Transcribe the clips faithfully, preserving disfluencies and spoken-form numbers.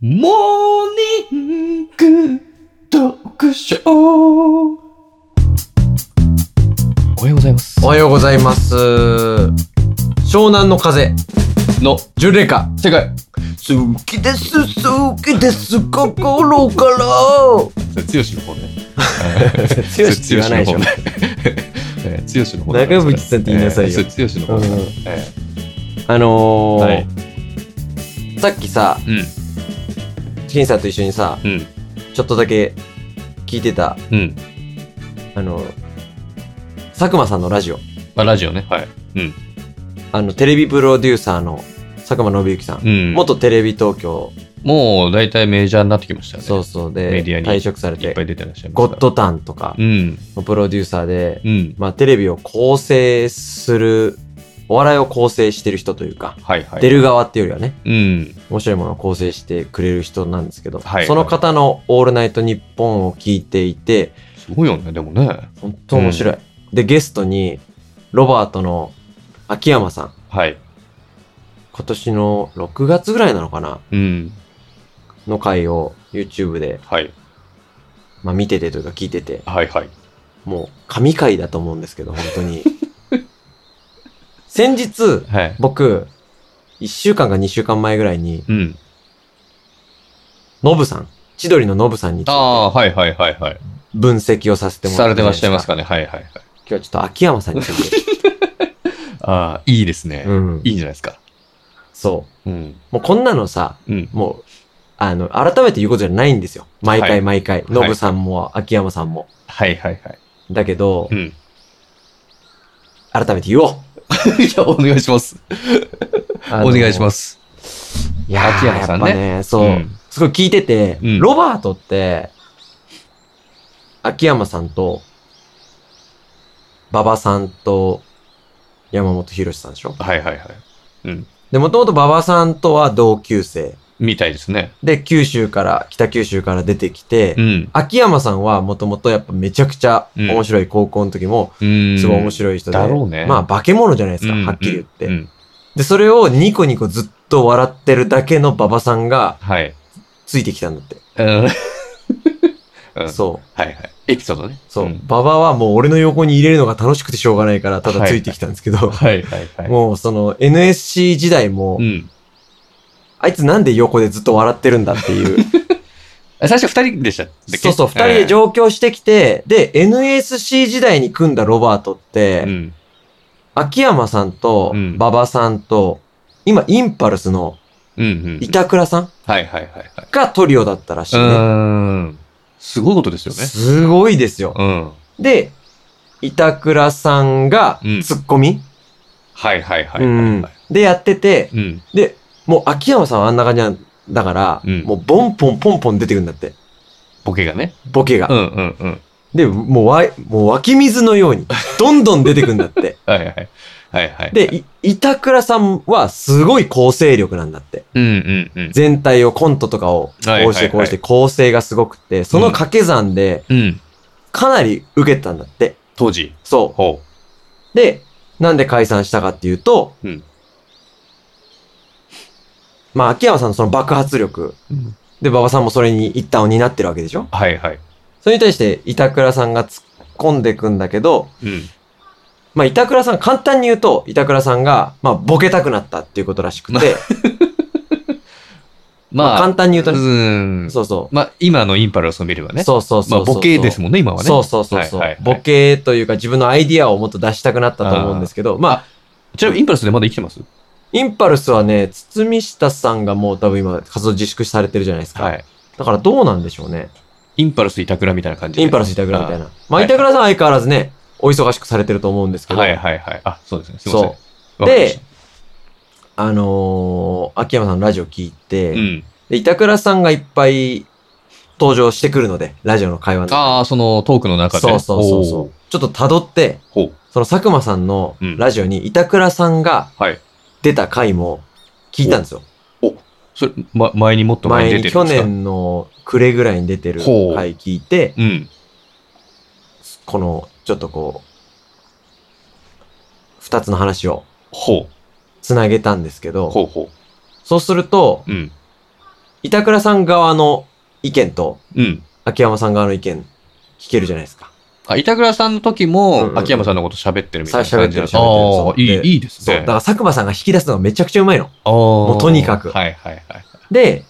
モーニング読書。おはようございます。 おはようございます。湘南の風の純恋歌。 正解。 好きです、好きです、心から。 それ、剛の方ね。 剛って言わないでしょ。 剛の方。 長渕さんって言いなさいよ。 それ、剛の方。 うんええ、あのーはい、さっきさ、うん、金さんと一緒にさ、うん、ちょっとだけ聞いてた、うん、あの佐久間さんのラジオ。 あ、ラジオね。はい。うん。 あのテレビプロデューサーの佐久間信之さん、うん、元テレビ東京。 もう大体メジャーになってきましたね。 そうそうで、メディアに退職されていっぱい出てらっしゃいます。 ゴッドタンとかのプロデューサーで、うん、まあテレビを構成する、お笑いを構成してる人というか、はいはい、出る側っていうよりはね、うん、面白いものを構成してくれる人なんですけど、はいはい、その方のオールナイトニッポンを聞いていて、 すごいよね、でもね。 本当面白い。うん、で、ゲストにロバートの秋山さん。はい。今年のろくがつぐらいなのかな、うん、の回を YouTube で、はい、まあ見ててというか聞いてて、はいはい、もう神回だと思うんですけど、本当に。先日、はい、僕、いっしゅうかんかにしゅうかんまえぐらいに、うん、ノブさん、千鳥のノブさんについて、ああ、はいはいはいはい。分析をさせてもらって。 されてましたいますかね、はいはいはい。 今日はちょっと秋山さんについて。 ああ、いいですね、うん。いいんじゃないですか。 そう。うん、もうこんなのさ、うん、もう、あの、改めて言うことじゃないんですよ。毎回毎回。ノ、はい、ブさんも、はい、秋山さんも。はいはいはい。だけど、うん、改めて言おう。 いや、お願いします。お願いします。 いやー、秋山さんね。やっぱね、そう、うん。すごい聞いてて、うん、ロバートって、秋山さんと、馬場さんと、山本博さんでしょ？はいはいはい。うん。で、もともと馬場さんとは同級生。 みたいですね。 で、九州から、北九州から出てきて、うん、秋山さんはもともとやっぱめちゃくちゃ面白い、高校の時も、すごい面白い人で、だろうね、まあ化け物じゃないですか、うん、はっきり言って、うんうん。で、それをニコニコずっと笑ってるだけの馬場さんが、はい。ついてきたんだって。 うん、そう。はいはい。エピソードね。 そう。馬場はもう俺の横に入れるのが楽しくてしょうがないから、ただついてきたんですけど、はいはいはい。もうその エヌエスシー 時代も、うん、あいつなんで横でずっと笑ってるんだっていう。 最初二人でしたっけ？ そうそう、二人で上京してきて、で、エヌエスシー 時代に組んだロバートって、うん、秋山さんと馬場さんと、今インパルスの板倉さんがトリオだったらしいね。うーん、すごいことですよね。 すごいですよ。うん、で、板倉さんがツッコミ、うん、 はいはいはいはい、はい、 でやってて、うん、で、もう秋山さんはあんな感じなんだから、うん、もうボンポンポンポン出てくるんだって。 ボケがね。 ボケが。うんうんうん。で、もうわ、もう湧き水のように、どんどん出てくるんだって。はいはい。はいはい。で、板倉さんはすごい構成力なんだって。うんうんうん。全体をコントとかをこうしてこうして構成がすごくて、その掛け算で、かなり受けてたんだって。 当時。 そう。ほう。で、なんで解散したかっていうと、うん、まあ、秋山さんのその爆発力。うん、で、馬場さんもそれに一端を担ってるわけでしょ？はいはい。それに対して、板倉さんが突っ込んでいくんだけど、うん、まあ、板倉さん、簡単に言うと、板倉さんが、まあ、ボケたくなったっていうことらしくて、まあ、まあ、簡単に言うとね。うん。そうそう。 まあ、今のインパルスを見ればね。 そうそうそうそう。 まあ、ボケですもんね、今はね。 そうそうそうそう、はいはいはい。ボケというか、自分のアイディアをもっと出したくなったと思うんですけど、あまあ。 ちなみにインパルスでまだ生きてます？ インパルスはね、堤下さんがもう多分今活動自粛されてるじゃないですか。はい。だからどうなんでしょうね。 インパルス板倉みたいな感じで。 インパルス板倉みたいな。まあ、板倉さんは相変わらずね、お忙しくされてると思うんですけど。 はいはいはい。あ、そうですね。すいません。そう。で、あのー、秋山さんのラジオ聞いて、うん、で、板倉さんがいっぱい登場してくるので、ラジオの会話の中で。 ああ、そのトークの中で。 そうそうそうそう。ちょっと辿って、その佐久間さんのラジオに板倉さんが出た回も聞いたんですよ。 お、おそれ、ま、前にもっと前に出てるんですか？ 前に去年の暮れぐらいに出てる回聞いて、うん、この、ちょっとこう、二つの話をつなげたんですけど、ほうほう、そうすると、うん、 板倉さん側の意見と、 うん。 秋山さん側の意見聞けるじゃないですか。 あ、板倉さんの時も、秋山さんのこと喋ってるみたいな感じで。 喋ってる、喋ってる。 いい、いいですね。 そう。だから佐久間さんが引き出すのがめちゃくちゃうまいの。 ももうとにかく。 はいはいはい。 で、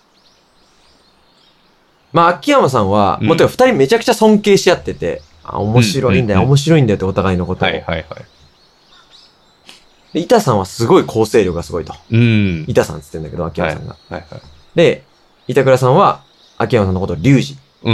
まあ、秋山さんは、もうてか二人めちゃくちゃ尊敬し合ってて、あ、面白いんだよ、面白いんだよってお互いのことを。 はいはいはい。 で、板さんはすごい構成力がすごいと。 うん。 板さんって言ってんだけど、秋山さんが。 はいはいはい。 で、板倉さんは、秋山さんのことをリュウジ。 うん。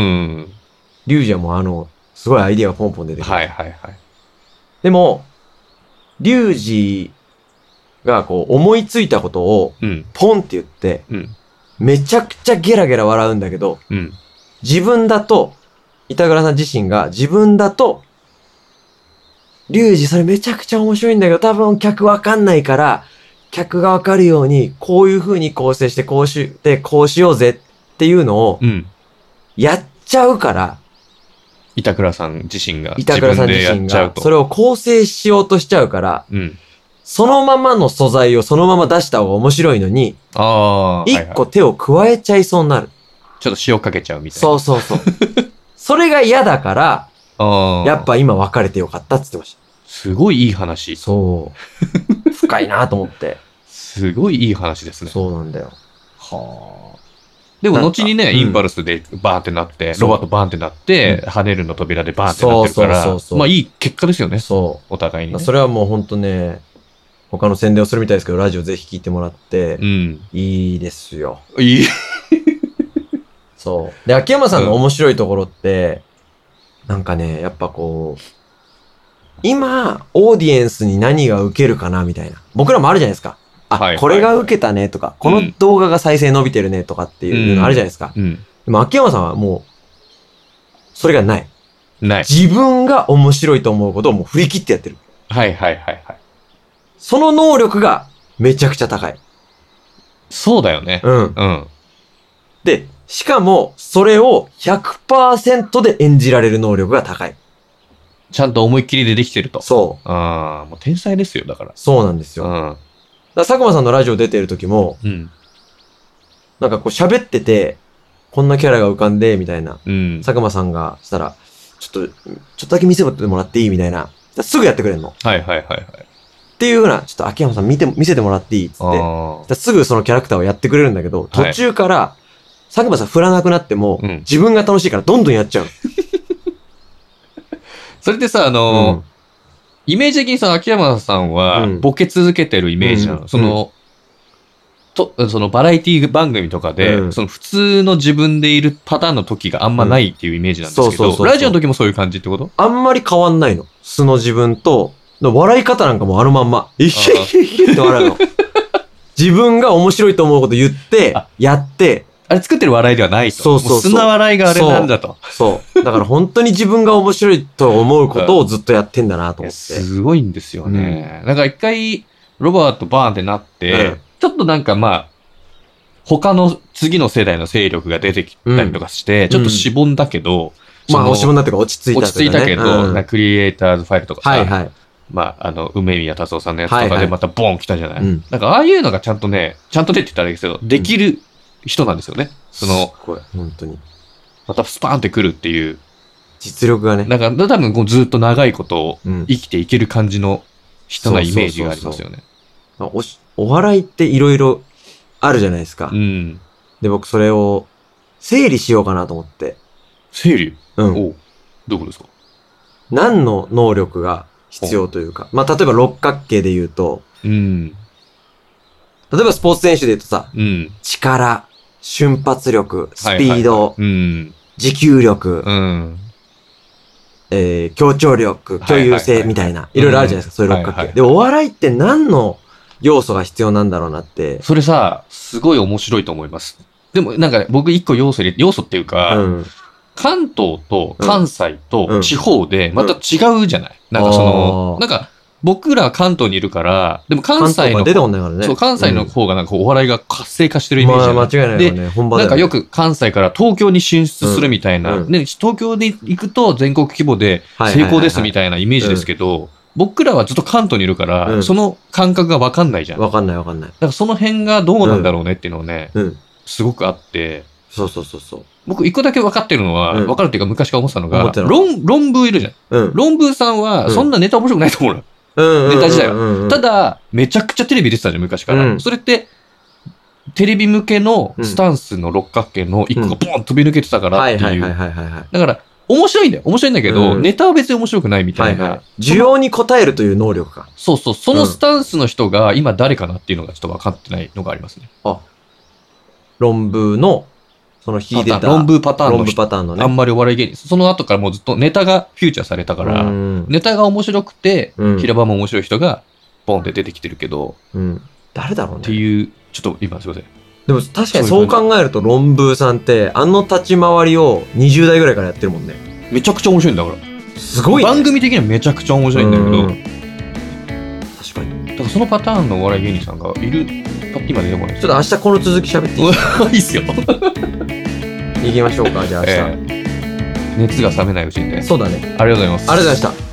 リュウジはもうあの、すごいアイディアがポンポン出てくる。 はいはいはい。 でも、リュウジがこう思いついたことを、ポンって言って、うん、めちゃくちゃゲラゲラ笑うんだけど、うん、自分だと、板倉さん自身が自分だと、リュウジそれめちゃくちゃ面白いんだけど、多分客わかんないから、客がわかるように、こういう風に構成して、こうして、こうしようぜっていうのを、やっちゃうから、 板倉さん自身が板倉さん自身がそれを構成しようとしちゃうから、うん、そのままの素材をそのまま出した方が面白いのに、 あ一個手を加えちゃいそうになる。 ちょっと塩かけちゃうみたいな。 そうそうそう。それが嫌だから、やっぱ今別れてよかったって言ってました。 すごいいい話。 そう。深いなと思って。 すごいいい話ですね。 そうなんだよ。 はあ。でも後にね、インパルスでバーンってなって、ロバートバーンってなって、ハネルの扉でバーンってなってるから、まあいい結果ですよね。 そう。 お互いに。 それはもうほんとね、他の宣伝をするみたいですけど、ラジオぜひ聞いてもらって、うん。いいですよ。 いい。 そう。で、秋山さんの面白いところって、なんかね、やっぱこう、今、オーディエンスに何が受けるかなみたいな。僕らもあるじゃないですか。あ、はいはいはい、これが受けたねとか、この動画が再生伸びてるねとかっていうのあるじゃないですか。うんうん、でも秋山さんはもう、それがない。 ない。 自分が面白いと思うことをもう振り切ってやってる。 はいはいはいはい。 その能力がめちゃくちゃ高い。 そうだよね。 うん。うん。で、しかも、それを ひゃくパーセント で演じられる能力が高い。 ちゃんと思いっきりでできてると。 そう。 ああ、もう天才ですよ、だから。 そうなんですよ。うん。だから佐久間さんのラジオ出てる時も、うん、なんかこう喋ってて、こんなキャラが浮かんで、みたいな。うん、佐久間さんがしたら、ちょっと、ちょっとだけ見せてもらっていいみたいな。すぐやってくれんの。 はいはいはいはい。 っていうふうな、ちょっと秋山さん見て、見せてもらっていいっつって。すぐそのキャラクターをやってくれるんだけど、途中から、はい、佐久間さん振らなくなっても、うん、自分が楽しいからどんどんやっちゃう。 それってさ、あのーうん、イメージ的にさ、秋山さんは、ボケ続けてるイメージなの。うん、その、と、そのバラエティ番組とかで、うん、その普通の自分でいるパターンの時があんまないっていうイメージなんですけど、ラジオの時もそういう感じってこと？ あんまり変わんないの。素の自分と、笑い方なんかもあのまんま、いへいへいへいって笑うの。自分が面白いと思うこと言って、やって、 あれ作ってる笑いではないと。 そうそうそう。 素な笑いがあれなんだと。 そう。そう。だから本当に自分が面白いと思うことをずっとやってんだなと思って。 すごいんですよね。うん、なんか一回、ロバートバーンってなって、うん、ちょっとなんかまあ、他の次の世代の勢力が出てきたりとかして、うん、ちょっとしぼんだけど、 うん、まあ、しぼんだっていうか落ち着いた、ね。 落ち着いたけど、うん、クリエイターズファイルとかさ、 はいはい。 まあ、あの、梅宮達夫さんのやつとかでまたボーン来たじゃない、はいはい、なんかああいうのがちゃんとね、ちゃんとねって言ったらいいですけど、できる人なんですよね。その、 すごい、本当に。 またスパーンってくるっていう。 実力がね。 なんか、多分こうずっと長いことを生きていける感じの人なイメージがありますよね。 お、お笑いっていろいろあるじゃないですか。うん。で、僕それを整理しようかなと思って。 整理？ うん。 おどういうことですか？ 何の能力が必要というか。まあ、例えば六角形で言うと、うん。例えばスポーツ選手で言うとさ、うん、力、瞬発力、スピード、はいはいはい、うん、持久力、うん、えー、協調力、共有性みたいな、いろいろあるじゃないですか、うん、そういう六角形、はいはい。で、お笑いって何の要素が必要なんだろうなって。 それさ、すごい面白いと思います。でもなんか僕一個要素入れ、要素っていうか、うん、関東と関西と地方でまた違うじゃない、うん、なんかその、なんか僕らは関東にいるから、でも関西の、 出てこないからね。 そう、関西の方がなんかお笑いが活性化してるイメージ、ね。 まあ間違いないよね。本場で、なんかよく関西から東京に進出するみたいな、うんうん、で、東京に行くと全国規模で成功ですみたいなイメージですけど、僕らはずっと関東にいるから、うん、その感覚がわかんないじゃん。 わかんないわかんない。 だからその辺がどうなんだろうねっていうのをね、うん、 すごくあって、 そうそうそうそう。 僕一個だけ分かってるのは、 うん、 分かるっていうか昔から思ってたのが、 の論、論文いるじゃん。うん、論文さんは、そんなネタ面白くないと思うの。うん、ネタ自体は。ただ、めちゃくちゃテレビ出てたじゃん、昔から。うん、それって、テレビ向けのスタンスの六角形の一個がポン飛び抜けてたからっていう。だから、面白いんだよ。面白いんだけど、うん、ネタは別に面白くないみたいな。はいはい、 需要に応えるという能力か。 そうそう。そのスタンスの人が今誰かなっていうのがちょっと分かってないのがありますね。 あ、論文の、その秀でた論文パターンの論文パターンのね。 あんまりお笑い芸人。その後からもうずっとネタがフューチャーされたから、うん、ネタが面白くて、うん、平場も面白い人がポンって出てきてるけど、 うん、誰だろうね。 っていう、ちょっと今すいません。 でも確かにそう考えると論文さんってあの立ち回りをにじゅう代ぐらいからやってるもんね。 めちゃくちゃ面白いんだから。 すごい、ね、 番組的にはめちゃくちゃ面白いんだけど、 確かに。 だからそのパターンのお笑い芸人さんがいる、今出てこない。 ちょっと明日この続き喋っていいいいっすよ。 行きましょうか、じゃあ明日。 えー、熱が冷めないうちにね。 そうだね。 ありがとうございます。 ありがとうございました。